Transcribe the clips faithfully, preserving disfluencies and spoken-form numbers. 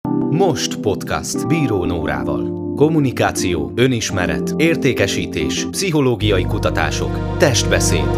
Most podcast Bíró Nórával. Kommunikáció, önismeret, értékesítés, pszichológiai kutatások, testbeszéd.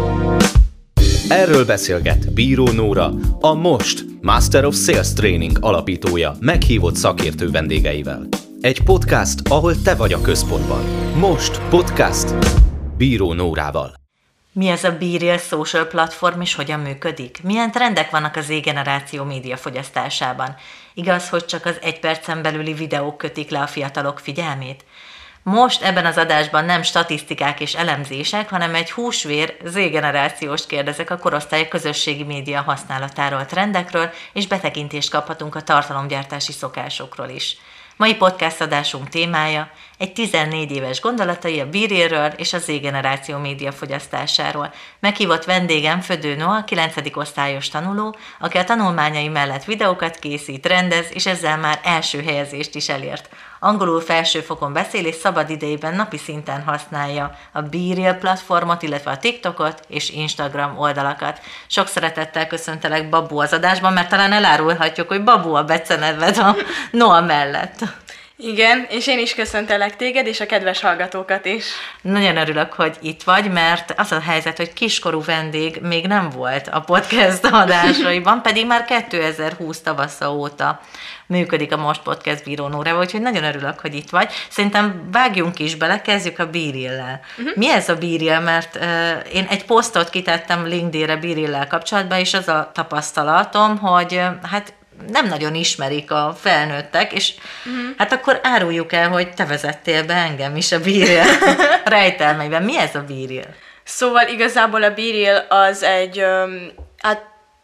Erről beszélget Bíró Nóra, a Most Master of Sales Training alapítója meghívott szakértő vendégeivel. Egy podcast, ahol te vagy a központban. Most podcast Bíró Nórával. Mi ez a BeReal social platform és hogyan működik? Milyen trendek vannak az Z-generáció médiafogyasztásában? Igaz, hogy csak az egy percen belüli videók kötik le a fiatalok figyelmét? Most ebben az adásban nem statisztikák és elemzések, hanem egy húsvér Z-generációst kérdezek a korosztály közösségi média használatáról, trendekről, és betekintést kaphatunk a tartalomgyártási szokásokról is. Mai podcast adásunk témája egy tizennégy éves gondolatai a BeRealről és a Z-generáció médiafogyasztásáról. Meghívott vendégem Födő Noa, kilencedik osztályos tanuló, aki a tanulmányai mellett videókat készít, rendez, és ezzel már első helyezést is elért. Angolul felsőfokon beszél, és szabad idejében napi szinten használja a BeReal platformot, illetve a TikTokot és Instagram oldalakat. Sok szeretettel köszöntelek, Babu, az adásban, mert talán elárulhatjuk, hogy Babu a beceneved a Noa mellett. Igen, és én is köszöntelek téged, és a kedves hallgatókat is. Nagyon örülök, hogy itt vagy, mert az a helyzet, hogy kiskorú vendég még nem volt a podcast adásaiban, pedig már kétezer-húsz tavasza óta működik a Most Podcast Bíró Nórával, úgyhogy nagyon örülök, hogy itt vagy. Szerintem vágjunk is bele, kezdjük a BeReal-lel. Uh-huh. Mi ez a BeReal? Mert uh, én egy posztot kitettem LinkedIn-re BeReal-lel kapcsolatban, és az a tapasztalatom, hogy uh, hát nem nagyon ismerik a felnőttek, és uh-huh. hát akkor áruljuk el, hogy te vezettél be engem is a BeReal rejtelmeiben. Mi ez a BeReal? Szóval igazából a BeReal az egy, um, hát,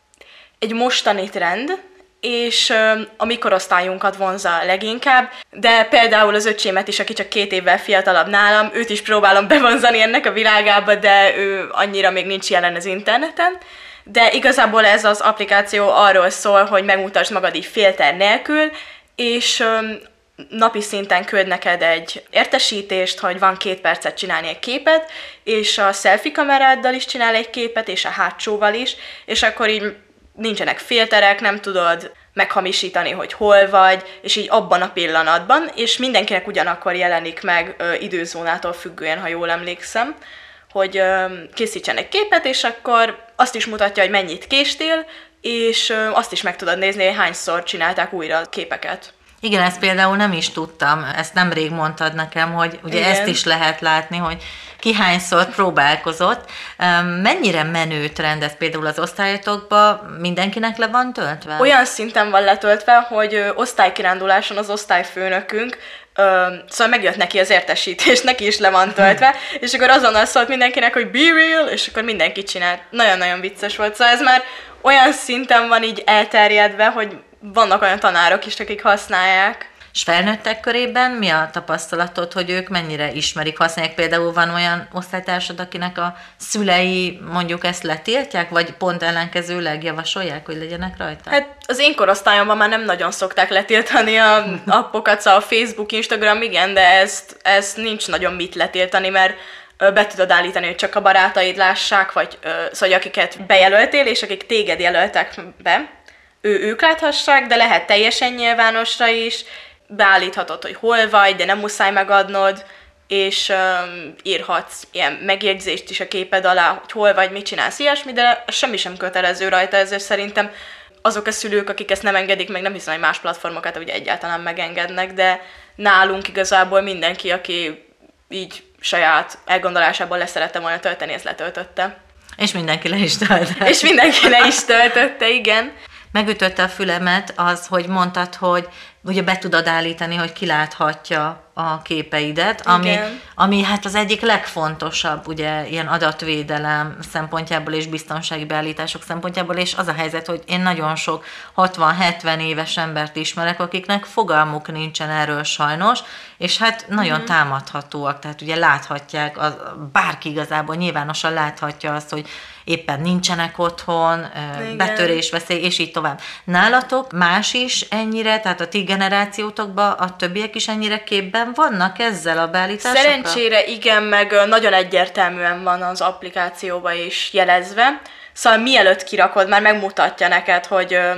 egy mostani trend, és um, a mi korosztályunkat vonzza leginkább, de például az öcsémet is, aki csak két évvel fiatalabb nálam, őt is próbálom bevonzani ennek a világába, de ő annyira még nincs jelen az interneten. De igazából ez az applikáció arról szól, hogy megmutasd magad így filter nélkül, és um, napi szinten küld neked egy értesítést, hogy van két percet csinálni egy képet, és a selfie kameráddal is csinál egy képet, és a hátsóval is, és akkor így nincsenek filterek, nem tudod meghamisítani, hogy hol vagy, és így abban a pillanatban, és mindenkinek ugyanakkor jelenik meg ö, időzónától függően, ha jól emlékszem, hogy ö, készítsen egy képet, és akkor azt is mutatja, hogy mennyit késtél, és ö, azt is meg tudod nézni, hogy hányszor csinálták újra a képeket. Igen, ezt például nem is tudtam, ezt nemrég mondtad nekem, hogy ugye Igen. ezt is lehet látni, hogy ki hányszor próbálkozott. Mennyire menő trend ez például az osztályotokban, mindenkinek le van töltve? Olyan szinten van letöltve, hogy osztálykiránduláson az osztályfőnökünk, szóval megjött neki az értesítés, neki is le van töltve, és akkor azonnal szólt mindenkinek, hogy BeReal, és akkor mindenki csinált. Nagyon-nagyon vicces volt, szóval ez már olyan szinten van így elterjedve, hogy vannak olyan tanárok is, akik használják. És felnőttek körében mi a tapasztalatod, hogy ők mennyire ismerik, használják? Például van olyan osztálytársad, akinek a szülei mondjuk ezt letiltják, vagy pont ellenkezőleg javasolják, hogy legyenek rajta? Hát az én korosztályomban már nem nagyon szokták letiltani a appokat, szóval a Facebook, Instagram, igen, de ezt, ezt nincs nagyon mit letiltani, mert be tudod állítani, hogy csak a barátaid lássák, vagy szóval akiket bejelöltél, és akik téged jelöltek be, ő, ők láthassák, de lehet teljesen nyilvánosra is, beállíthatod, hogy hol vagy, de nem muszáj megadnod, és um, írhatsz ilyen megjegyzést is a képed alá, hogy hol vagy, mit csinálsz, ilyesmi, de semmi sem kötelező rajta, ezért szerintem azok a szülők, akik ezt nem engedik meg, nem hiszem, hogy más platformokat ugye egyáltalán megengednek, de nálunk igazából mindenki, aki így saját elgondolásából leszerette volna tölteni, ezt letöltötte. És mindenki le is töltötte. És mindenki le is töltötte, igen. Megütötte a fülemet az, hogy mondtad, hogy ugye be tudod állítani, hogy ki láthatja a képeidet, ami, ami hát az egyik legfontosabb, ugye ilyen adatvédelem szempontjából és biztonsági beállítások szempontjából, és az a helyzet, hogy én nagyon sok hatvan-hetven éves embert ismerek, akiknek fogalmuk nincsen erről sajnos, és hát nagyon mm-hmm. támadhatóak, tehát ugye láthatják, az, bárki igazából nyilvánosan láthatja azt, hogy éppen nincsenek otthon, Igen. betörésveszély, és így tovább. Nálatok más is ennyire, tehát a ti generációtokban a többiek is ennyire képben vannak ezzel a beállításokkal? Szerencsére igen, meg nagyon egyértelműen van az applikációban is jelezve. Szóval mielőtt kirakod, már megmutatja neked, hogy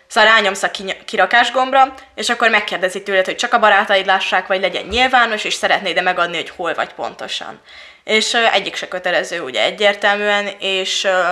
Szóval rányomsz a kirakás gombra, és akkor megkérdezi tőled, hogy csak a barátaid lássák, vagy legyen nyilvános, és szeretnéd-e megadni, hogy hol vagy pontosan. És ö, egyik se kötelező ugye egyértelműen, és ö,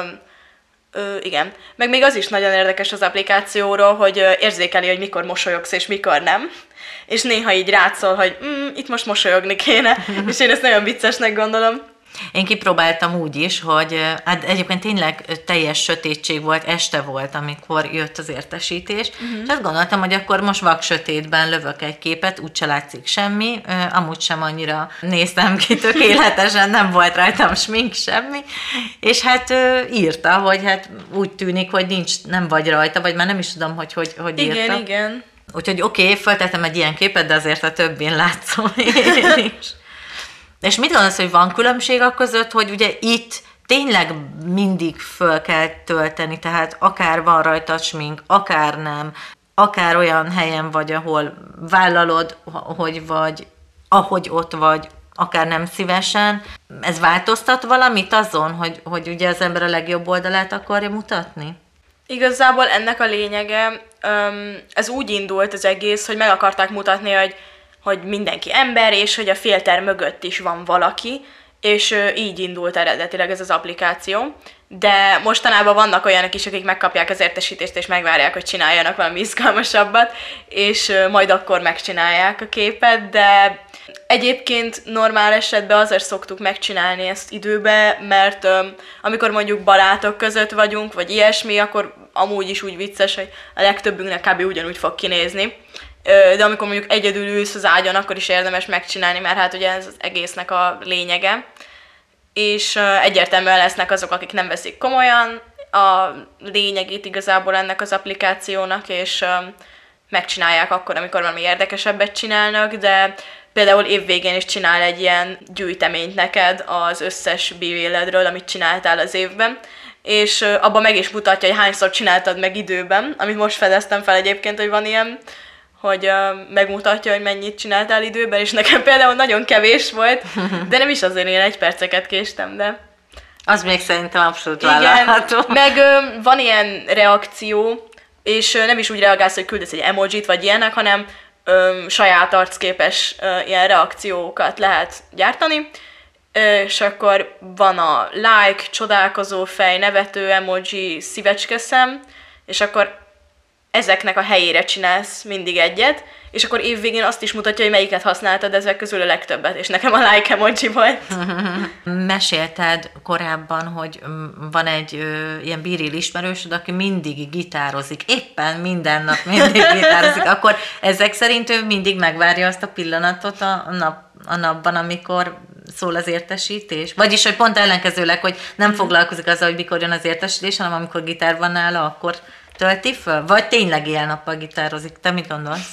ö, igen. Meg még az is nagyon érdekes az applikációról, hogy ö, érzékeli, hogy mikor mosolyogsz, és mikor nem. És néha így rátszol, hogy mm, itt most mosolyogni kéne, és én ezt nagyon viccesnek gondolom. Én kipróbáltam úgy is, hogy hát egyébként tényleg teljes sötétség volt, este volt, amikor jött az értesítés, uh-huh. és azt gondoltam, hogy akkor most vak sötétben lövök egy képet, úgyse látszik semmi, amúgy sem annyira néztem ki tökéletesen, nem volt rajtam smink, semmi, és hát írta, hogy hát úgy tűnik, hogy nincs, nem vagy rajta, vagy már nem is tudom, hogy hogy, hogy írta. Igen, igen. Úgyhogy oké, okay, föltettem egy ilyen képet, de azért a többén látszom én is. És mit gondolsz, hogy van különbség a között, hogy ugye itt tényleg mindig föl kell tölteni, tehát akár van rajta smink, akár nem, akár olyan helyen vagy, ahol vállalod, hogy vagy, ahogy ott vagy, akár nem szívesen. Ez változtat valamit azon, hogy, hogy ugye az ember a legjobb oldalát akarja mutatni? Igazából ennek a lényege, ez úgy indult az egész, hogy meg akarták mutatni, hogy hogy mindenki ember, és hogy a filter mögött is van valaki, és így indult eredetileg ez az applikáció. De mostanában vannak olyanok is, akik megkapják az értesítést, és megvárják, hogy csináljanak valami izgalmasabbat, és majd akkor megcsinálják a képet, de egyébként normál esetben azért szoktuk megcsinálni ezt időbe, mert um, amikor mondjuk barátok között vagyunk, vagy ilyesmi, akkor amúgy is úgy vicces, hogy a legtöbbünknek kb. Ugyanúgy fog kinézni. De amikor mondjuk egyedül ülsz az ágyon, akkor is érdemes megcsinálni, mert hát ugye ez az egésznek a lényege. És egyértelműen lesznek azok, akik nem veszik komolyan a lényegét igazából ennek az applikációnak, és megcsinálják akkor, amikor valami érdekesebbet csinálnak, de például évvégén is csinál egy ilyen gyűjteményt neked az összes bíréledről, amit csináltál az évben, és abban meg is mutatja, hogy hányszor csináltad meg időben, amit most fedeztem fel egyébként, hogy van ilyen, hogy uh, megmutatja, hogy mennyit csináltál időben, és nekem például nagyon kevés volt, de nem is azért, én egy perceket késtem, de... Az még szerintem abszolút vállalható. Meg uh, van ilyen reakció, és uh, nem is úgy reagálsz, hogy küldesz egy emojit, vagy ilyenek, hanem uh, saját arcképes uh, ilyen reakciókat lehet gyártani, uh, és akkor van a like, csodálkozó fej, nevető emoji, szívecskeszem, és akkor ezeknek a helyére csinálsz mindig egyet, és akkor évvégén azt is mutatja, hogy melyiket használtad ezek közül a legtöbbet, és nekem a like emoji volt. Mesélted korábban, hogy van egy ö, ilyen bíril ismerősöd, aki mindig gitározik, éppen minden nap mindig gitározik, akkor ezek szerint ő mindig megvárja azt a pillanatot a, nap, a napban, amikor szól az értesítés? Vagyis, hogy pont ellenkezőleg, hogy nem foglalkozik azzal, hogy mikor jön az értesítés, hanem amikor gitár van nála, akkor tölti föl? Vagy tényleg ilyen nappal gitározik? Te mit gondolsz?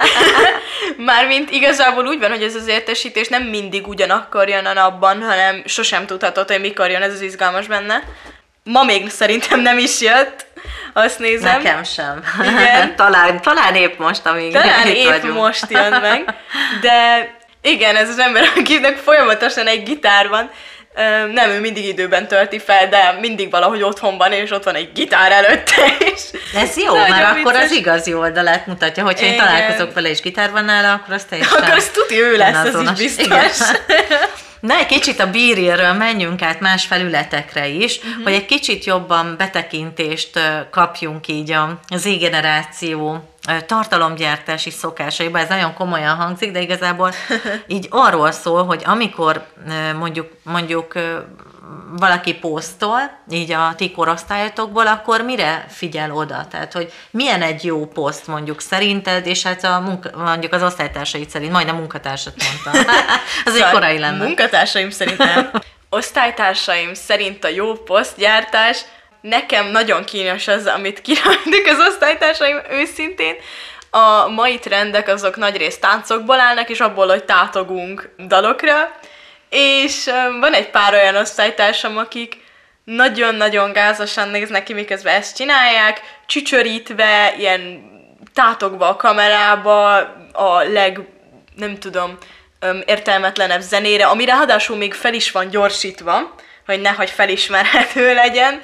Mármint igazából úgy van, hogy ez az értesítés nem mindig ugyanakkor jön a napban, hanem sosem tudhatod, hogy mikor jön, ez az izgalmas benne. Ma még szerintem nem is jött, azt nézem. Nekem sem. Igen. talán, talán épp most, amíg Talán itt épp vagyunk. most jön meg. De igen, ez az ember, akinek folyamatosan egy gitár van, nem, ő mindig időben tölti fel, de mindig valahogy otthon van, és ott van egy gitár előtte is. Ez jó, nagyon mert akkor vicces. az igazi oldalát mutatja. Hogyha én Igen. találkozok vele, és gitár van nála, akkor az teljesen... Akkor az tuti ő lesz, ez azonos. így biztos. Igen. Na, egy kicsit a bírélről menjünk át más felületekre is, uh-huh. hogy egy kicsit jobban betekintést kapjunk így a Z-generáció tartalomgyártási szokásaiba. Ez nagyon komolyan hangzik, de igazából így arról szól, hogy amikor mondjuk, mondjuk valaki posztol, így a ti korosztályotokból, akkor mire figyel oda? Tehát, hogy milyen egy jó poszt mondjuk szerinted, és hát a munka, mondjuk az osztálytársaid szerint, majdnem munkatársat mondtam. Az egy korai lenne. Munkatársaim szerint nem. Osztálytársaim szerint a jó posztgyártás, nekem nagyon kínos az, amit kiraknak az osztálytársaim őszintén. A mai trendek azok nagyrészt táncokból állnak, és abból, hogy tátogunk dalokra. És van egy pár olyan osztálytársam, akik nagyon-nagyon gázosan néznek ki, miközben ezt csinálják, csücsörítve, ilyen tátogva a kamerába, a leg, nem tudom, értelmetlenebb zenére, ami ráadásul még fel is van gyorsítva, hogy nehogy felismerhető legyen,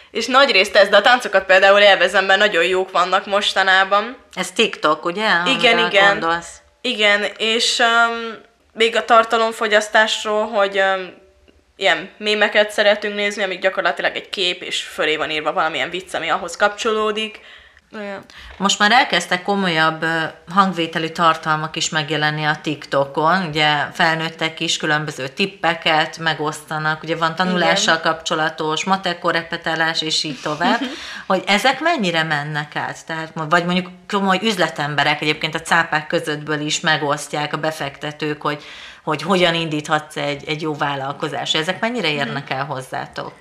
és nagyrészt ez, de a táncokat például élvezem, mert nagyon jók vannak mostanában. Ez TikTok, ugye? Igen, igen. Gondolsz? Igen, és um, még a tartalomfogyasztásról, hogy um, ilyen mémeket szeretünk nézni, amik gyakorlatilag egy kép, és fölé van írva valamilyen vicc, ami ahhoz kapcsolódik. Olyan. Most már elkezdtek komolyabb hangvételű tartalmak is megjelenni a TikTokon, ugye felnőttek is különböző tippeket megosztanak, ugye van tanulással igen. kapcsolatos, matekor repetálás, és így tovább, hogy ezek mennyire mennek át, tehát, vagy mondjuk komoly üzletemberek egyébként a cápák közöttből is megosztják a befektetők, hogy, hogy hogyan indíthatsz egy, egy jó vállalkozás. Ezek mennyire érnek el hozzátok?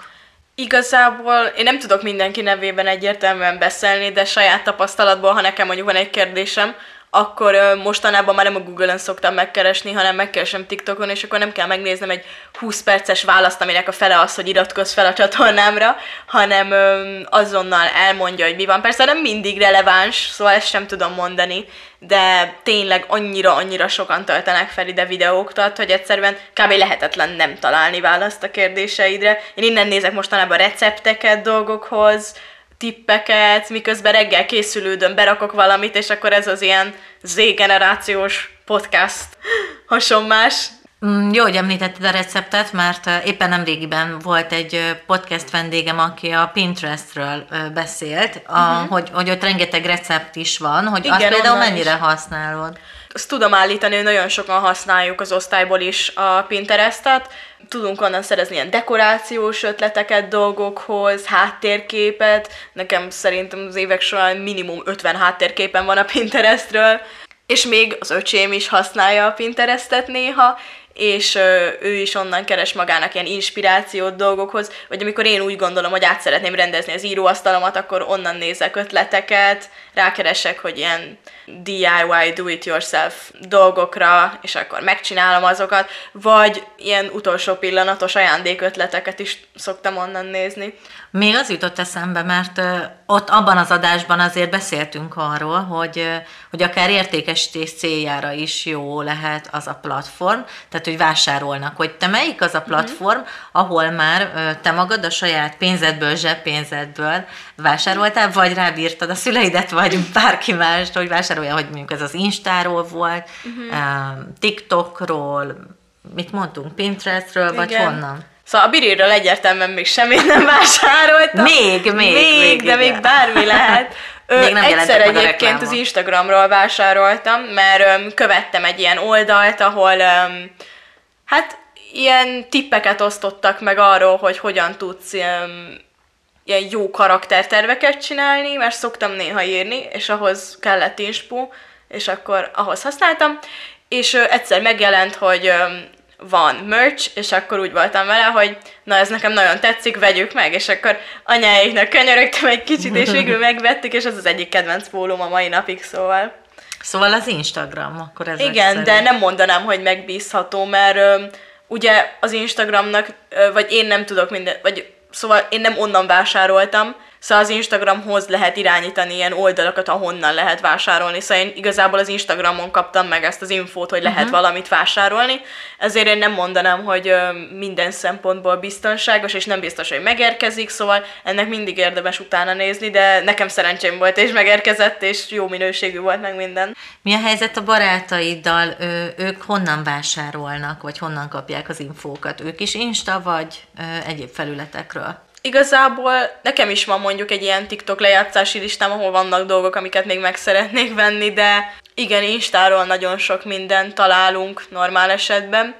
Igazából én nem tudok mindenki nevében egyértelműen beszélni, de saját tapasztalatból, ha nekem mondjuk van egy kérdésem, akkor mostanában már nem a Google-on szoktam megkeresni, hanem megkeresem TikTokon, és akkor nem kell megnéznem egy húsz perces választ, aminek a fele az, hogy iratkozz fel a csatornámra, hanem azonnal elmondja, hogy mi van. Persze nem mindig releváns, szóval ezt sem tudom mondani, de tényleg annyira-annyira sokan töltenek fel ide videókat, hogy egyszerűen kb. Lehetetlen nem találni választ a kérdéseidre. Én innen nézek mostanában recepteket dolgokhoz, tippeket, miközben reggel készülődöm, berakok valamit, és akkor ez az ilyen Z-generációs podcast hasonlás. Mm, jó, hogy említetted a receptet, mert éppen nemrégiben volt egy podcast vendégem, aki a Pinterestről beszélt, a, uh-huh. hogy, hogy ott rengeteg recept is van, hogy igen, azt például mennyire is használod? Azt tudom állítani, hogy nagyon sokan használjuk az osztályból is a Pinterestet. Tudunk onnan szerezni ilyen dekorációs ötleteket dolgokhoz, háttérképet. Nekem szerintem az évek során minimum ötven háttérképen van a Pinterestről. És még az öcsém is használja a Pinterestet néha, és ő is onnan keres magának ilyen inspirációt dolgokhoz, vagy amikor én úgy gondolom, hogy át szeretném rendezni az íróasztalomat, akkor onnan nézek ötleteket, rákeresek, hogy ilyen dé i wá, do-it-yourself dolgokra, és akkor megcsinálom azokat, vagy ilyen utolsó pillanatos ajándékötleteket is szoktam onnan nézni. Még az jutott eszembe, mert uh, ott abban az adásban azért beszéltünk arról, hogy, uh, hogy akár értékesítés céljára is jó lehet az a platform, tehát hogy vásárolnak, hogy te melyik az a platform, uh-huh. ahol már uh, te magad a saját pénzedből, zseppénzedből vásároltál, vagy rábírtad a szüleidet, vagy bárki mást, hogy vásárolja, hogy mondjuk ez az Instáról volt, uh-huh. uh, TikTokról, mit mondtunk, Pinterestről, vagy igen. honnan? Szóval a Biriről egyértelműen még semmit nem vásároltam. Még, még, még, még de még bármi lehet. Ö, egyszer egyébként az Instagramról vásároltam, mert öm, követtem egy ilyen oldalt, ahol öm, hát ilyen tippeket osztottak meg arról, hogy hogyan tudsz öm, ilyen jó karakterterveket csinálni, mert szoktam néha írni, és ahhoz kellett inspo, és akkor ahhoz használtam, és ö, egyszer megjelent, hogy öm, van merch, és akkor úgy voltam vele, hogy na ez nekem nagyon tetszik, vegyük meg, és akkor anyáiknak könyörögtem egy kicsit, és végül megvettük, és ez az egyik kedvenc pólóm a mai napig, szóval. Szóval az Instagram, akkor ez igen, egyszerű. De nem mondanám, hogy megbízható, mert ö, ugye az Instagramnak, ö, vagy én nem tudok minden, vagy szóval én nem onnan vásároltam, szóval az Instagramhoz lehet irányítani ilyen oldalakat, ahonnan lehet vásárolni. Szóval én igazából az Instagramon kaptam meg ezt az infót, hogy lehet uh-huh. valamit vásárolni. Ezért én nem mondanám, hogy ö, minden szempontból biztonságos, és nem biztos, hogy megérkezik, szóval ennek mindig érdemes utána nézni, de nekem szerencsém volt, és megérkezett, és jó minőségű volt meg minden. Mi a helyzet a barátaiddal? Ö, ők honnan vásárolnak, vagy honnan kapják az infókat? Ők is Insta, vagy ö, egyéb felületekről? Igazából nekem is van mondjuk egy ilyen TikTok lejátszási listám, ahol vannak dolgok, amiket még meg szeretnék venni, de igen, Instáról nagyon sok mindent találunk normál esetben,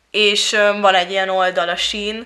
és um, van egy ilyen oldal, a Shein,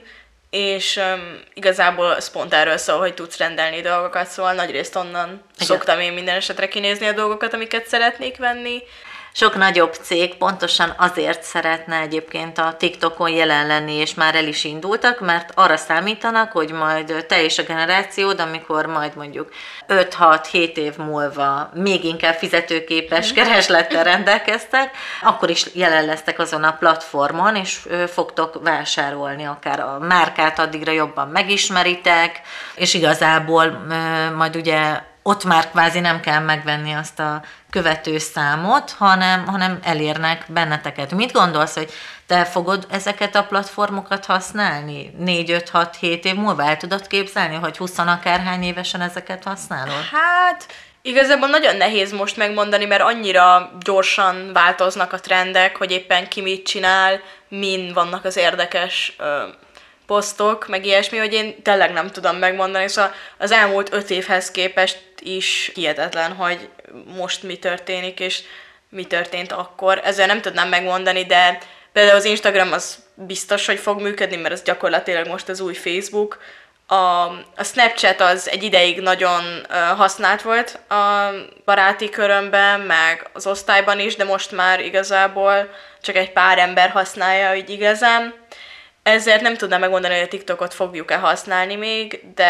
és um, igazából ez pont erről szól, hogy tudsz rendelni dolgokat, szóval nagyrészt onnan igen. szoktam én minden esetre kinézni a dolgokat, amiket szeretnék venni. Sok nagyobb cég pontosan azért szeretne egyébként a TikTokon jelen lenni, és már el is indultak, mert arra számítanak, hogy majd te és a generációd, amikor majd mondjuk öt-hat-hét év múlva még inkább fizetőképes kereslettel rendelkeztek, akkor is jelen lesztek azon a platformon, és fogtok vásárolni, akár a márkát addigra jobban megismeritek, és igazából majd ugye ott már kvázi nem kell megvenni azt a követőszámot, hanem, hanem elérnek benneteket. Mit gondolsz, hogy te fogod ezeket a platformokat használni? négy, öt, hat, hét év múlva el tudod képzelni, hogy húsz akárhány évesen ezeket használod? Hát igazából nagyon nehéz most megmondani, mert annyira gyorsan változnak a trendek, hogy éppen ki mit csinál, min vannak az érdekes ö, posztok, meg ilyesmi, hogy én tényleg nem tudom megmondani. Szóval az elmúlt öt évhez képest is hihetetlen, hogy most mi történik, és mi történt akkor. Ezzel nem tudnám megmondani, de például az Instagram az biztos, hogy fog működni, mert ez gyakorlatilag most az új Facebook. A, a Snapchat az egy ideig nagyon uh, használt volt a baráti körömben, meg az osztályban is, de most már igazából csak egy pár ember használja így igazán. Ezért nem tudnám megmondani, hogy a TikTokot fogjuk-e használni még, de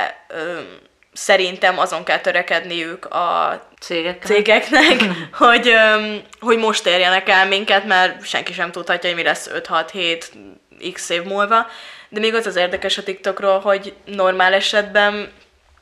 ö, szerintem azon kell törekedniük a Cégeknek, cégeknek hogy, ö, hogy most érjenek el minket, mert senki sem tudhatja, hogy mi lesz öt hat hét x év múlva. De még az az érdekes a TikTokról, hogy normál esetben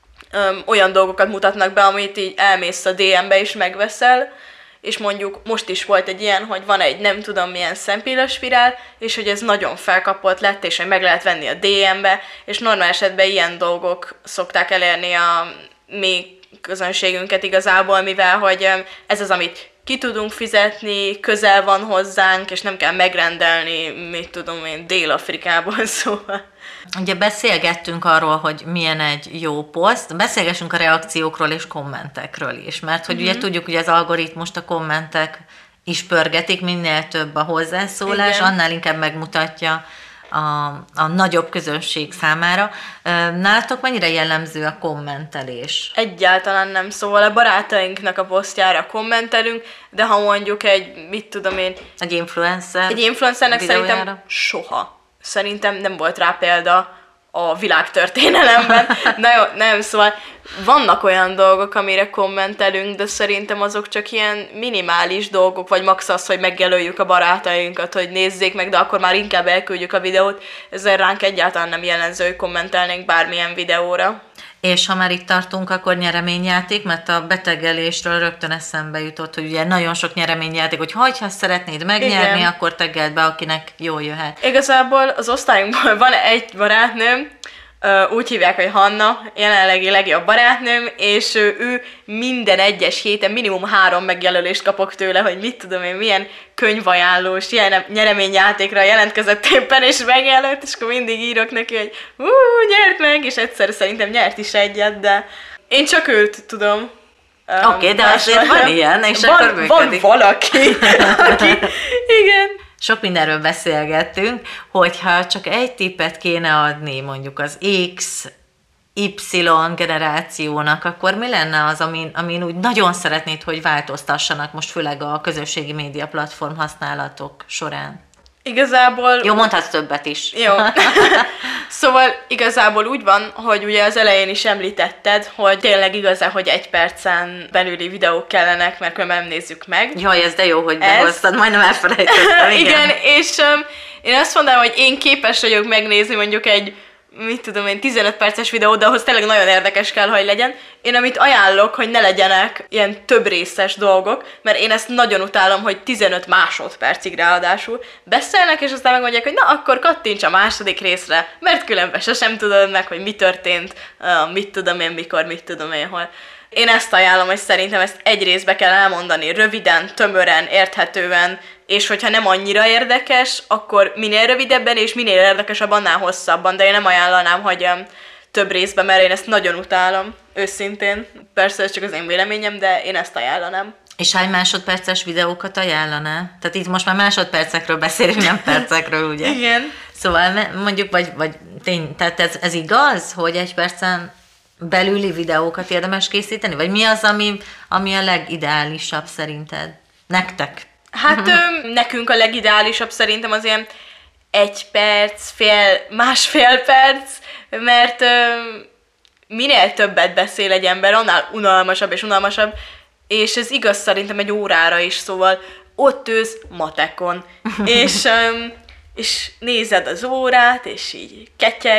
ö, olyan dolgokat mutatnak be, amit így elmész a dé em-be és megveszel, és mondjuk most is volt egy ilyen, hogy van egy nem tudom milyen szempillaspirál, és hogy ez nagyon felkapott lett, és hogy meg lehet venni a dé em-be, és normál esetben ilyen dolgok szokták elérni a mi közönségünket igazából, mivel hogy ez az, amit ki tudunk fizetni, közel van hozzánk, és nem kell megrendelni, mit tudom én, Dél-Afrikából, szóval. Ugye beszélgettünk arról, hogy milyen egy jó poszt, beszélgessünk a reakciókról és kommentekről is, mert hogy mm-hmm. ugye tudjuk, hogy az algoritmust a kommentek is pörgetik, minél több a hozzászólás, igen. annál inkább megmutatja a, a nagyobb közönség számára. Nálatok mennyire jellemző a kommentelés? Egyáltalán nem, szóval a barátainknak a posztjára kommentelünk, de ha mondjuk egy, mit tudom én... Egy influencer? Egy influencernek videójára? Szerintem soha. Szerintem nem volt rá példa a világtörténelemben. Na jó, nem, szóval vannak olyan dolgok, amire kommentelünk, de szerintem azok csak ilyen minimális dolgok, vagy max az, hogy megjelöljük a barátainkat, hogy nézzék meg, de akkor már inkább elküldjük a videót. Ezzel ránk egyáltalán nem jellemző, hogy kommentelnénk bármilyen videóra. És ha már itt tartunk, akkor nyereményjáték, mert a betegelésről rögtön eszembe jutott, hogy ugye nagyon sok nyereményjáték, hogy ha, ha szeretnéd megnyerni, igen. akkor teggeld be, akinek jól jöhet. Igazából az osztályunkban van egy barátnőm, úgy hívják, hogy Hanna, jelenlegi legjobb barátnőm, és ő minden egyes héten minimum három megjelölést kapok tőle, hogy mit tudom én, milyen könyvajánlós, ilyen nyereményjátékra jelentkezett éppen, és megjelölt, és akkor mindig írok neki, hogy hú, nyert meg, és egyszer szerintem nyert is egyet, de én csak őt tudom. Oké, okay, de azért van ilyen, és van, akkor működik. Van valaki, aki, igen. Sok mindenről beszélgettünk, hogyha csak egy tippet kéne adni mondjuk az X, Y generációnak, akkor mi lenne az, amin, amin úgy nagyon szeretnéd, hogy változtassanak most főleg a közösségi média platform használatok során? Igazából... Jó, mondhatsz többet is. Jó. Szóval igazából úgy van, hogy ugye az elején is említetted, hogy tényleg igaz-e, hogy egy percen belüli videók kellenek, mert különben nem nézzük meg. Jaj, ez de jó, hogy behoztad, majdnem elfelejtettem. Igen, igen és um, én azt mondanám, hogy én képes vagyok megnézni mondjuk egy mit tudom én, tizenöt perces videó, de ahhoz tényleg nagyon érdekes kell, hogy legyen. Én amit ajánlok, hogy ne legyenek ilyen több részes dolgok, mert én ezt nagyon utálom, hogy tizenöt másodpercig ráadásul beszélnek, és aztán megmondják, hogy na, akkor kattints a második részre, mert különben sosem tudod meg, hogy mi történt, uh, mit tudom én, mikor, mit tudom én, hol. Én ezt ajánlom, hogy szerintem ezt egy részbe kell elmondani, röviden, tömören, érthetően, és hogyha nem annyira érdekes, akkor minél rövidebben és minél érdekesebb, annál hosszabban, de én nem ajánlanám, hogy um, több részben, mert én ezt nagyon utálom, őszintén. Persze ez csak az én véleményem, de én ezt ajánlanám. És hány másodperces videókat ajánlanál? Tehát itt most már másodpercekről beszélünk, nem percekről, ugye? Igen. Szóval mondjuk, vagy, vagy tény, tehát ez, ez igaz, hogy egy percen belüli videókat érdemes készíteni? Vagy mi az, ami, ami a legideálisabb szerinted? Nektek? Hát ö, nekünk a legideálisabb szerintem az ilyen egy perc, fél, másfél perc, mert ö, minél többet beszél egy ember, annál unalmasabb és unalmasabb, és ez igaz szerintem egy órára is, szóval ott ülsz matekon, és, ö, és nézed az órát, és így ketyeg,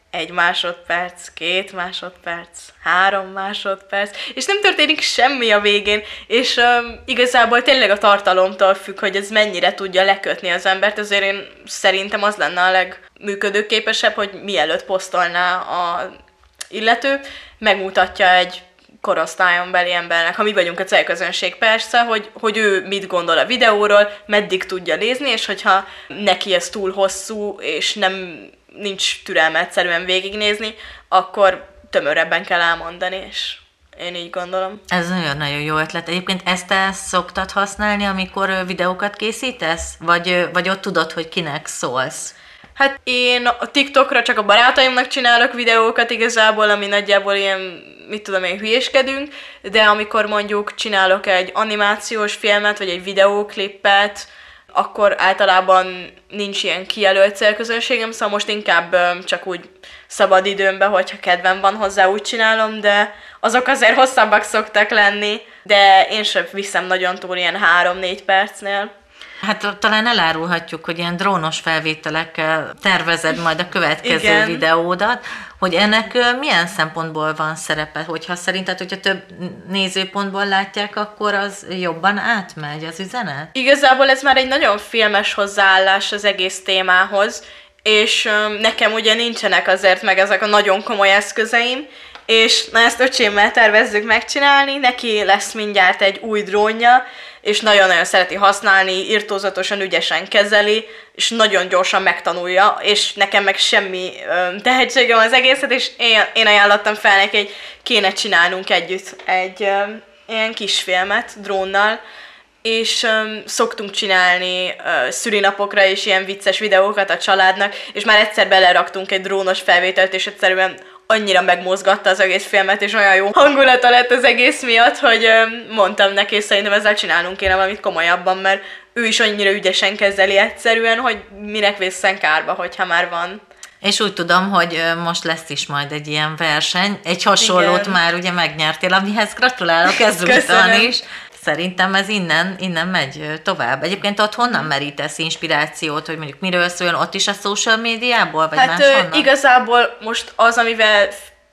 egy másodperc, két másodperc, három másodperc, és nem történik semmi a végén, és um, igazából tényleg a tartalomtól függ, hogy ez mennyire tudja lekötni az embert, ezért én szerintem az lenne a legműködőképesebb, hogy mielőtt posztolná a illető, megmutatja egy korosztályon beli embernek, ha mi vagyunk a célközönség persze, hogy, hogy ő mit gondol a videóról, meddig tudja nézni, és hogyha neki ez túl hosszú, és nem nincs türelme egyszerűen végignézni, akkor tömörebben kell elmondani, és én így gondolom. Ez nagyon-nagyon jó ötlet. Egyébként ezt te szoktad használni, amikor videókat készítesz? Vagy, vagy ott tudod, hogy kinek szólsz? Hát én a TikTokra csak a barátaimnak csinálok videókat igazából, ami nagyjából ilyen, mit tudom én, hülyéskedünk, de amikor mondjuk csinálok egy animációs filmet, vagy egy videóklippet, akkor általában nincs ilyen kijelölt célközönségem, szóval most inkább csak úgy szabad időmben, hogyha kedvem van hozzá, úgy csinálom, de azok azért hosszabbak szoktak lenni, de én sem viszem nagyon túl ilyen három-négy percnél. Hát talán elárulhatjuk, hogy ilyen drónos felvételekkel tervezed majd a következő Igen. videódat, hogy ennek milyen szempontból van szerepe, hogyha szerinted, hogyha több nézőpontból látják, akkor az jobban átmegy az üzenet? Igazából ez már egy nagyon filmes hozzáállás az egész témához, és nekem ugye nincsenek azért meg ezek a nagyon komoly eszközeim, és na ezt öcsémmel tervezzük megcsinálni, neki lesz mindjárt egy új drónja, és nagyon-nagyon szereti használni, irtózatosan, ügyesen kezeli, és nagyon gyorsan megtanulja, és nekem meg semmi ö, tehetségem az egészet, és én, én ajánlottam fel neki, hogy kéne csinálnunk együtt egy ö, ilyen kisfilmet drónnal, és ö, szoktunk csinálni ö, szülinapokra is ilyen vicces videókat a családnak, és már egyszer beleraktunk egy drónos felvételt, és egyszerűen annyira megmozgatta az egész filmet, és olyan jó hangulata lett az egész miatt, hogy ö, mondtam neki, és szerintem ezzel csinálnunk kéne valamit komolyabban, mert ő is annyira ügyesen kezeli egyszerűen, hogy minek vészen kárba, hogyha már van. És úgy tudom, hogy most lesz is majd egy ilyen verseny. Egy hasonlót Igen. már ugye megnyertél, amihez gratulálok ezúttal is. Szerintem ez innen, innen megy tovább. Egyébként ott honnan merítesz inspirációt, hogy mondjuk miről szóljon, ott is a social médiából, vagy hát máshonnan? Igazából most az, amivel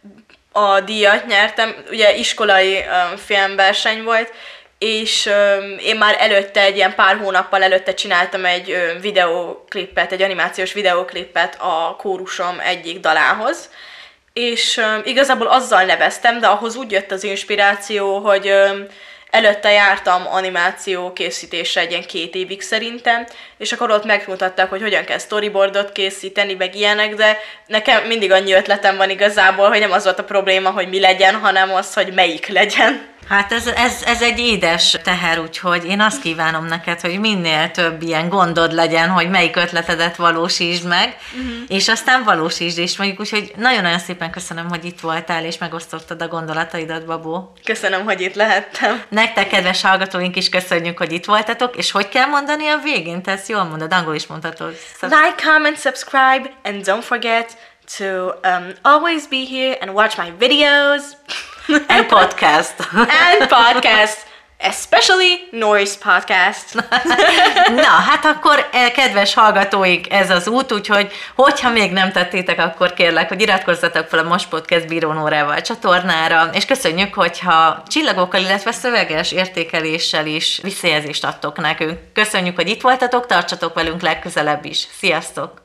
a díjat nyertem, ugye iskolai um, filmverseny volt, és um, én már előtte, egy ilyen pár hónappal előtte csináltam egy um, videóklipet, egy animációs videóklipet a kórusom egyik dalához, és um, igazából azzal neveztem, de ahhoz úgy jött az inspiráció, hogy um, előtte jártam animáció készítésre egy ilyen két évig szerintem, és akkor ott megmutatták, hogy hogyan kell storyboardot készíteni, meg ilyenek, de nekem mindig annyi ötletem van igazából, hogy nem az volt a probléma, hogy mi legyen, hanem az, hogy melyik legyen. Hát ez, ez, ez egy édes teher, úgyhogy én azt kívánom neked, hogy minél több ilyen gondod legyen, hogy melyik ötletedet valósítsd meg, uh-huh. és aztán valósítsd is meg. Úgyhogy nagyon-nagyon szépen köszönöm, hogy itt voltál, és megosztottad a gondolataidat, Babó. Köszönöm, hogy itt lehettem. Nektek, kedves hallgatóink is köszönjük, hogy itt voltatok, és hogy kell mondani a végén? Te ezt jól mondod, angol is mondhatod. Like, comment, subscribe, and don't forget to um, always be here and watch my videos. And podcast. And podcast. Especially Norris podcast. Na, hát akkor, kedves hallgatóink, ez az út, úgyhogy hogyha még nem tettétek, akkor kérlek, hogy iratkozzatok fel a Most Podcast Bíró Nórával csatornára, és köszönjük, hogyha csillagokkal, illetve szöveges értékeléssel is visszajelzést adtok nekünk. Köszönjük, hogy itt voltatok, tartsatok velünk legközelebb is. Sziasztok!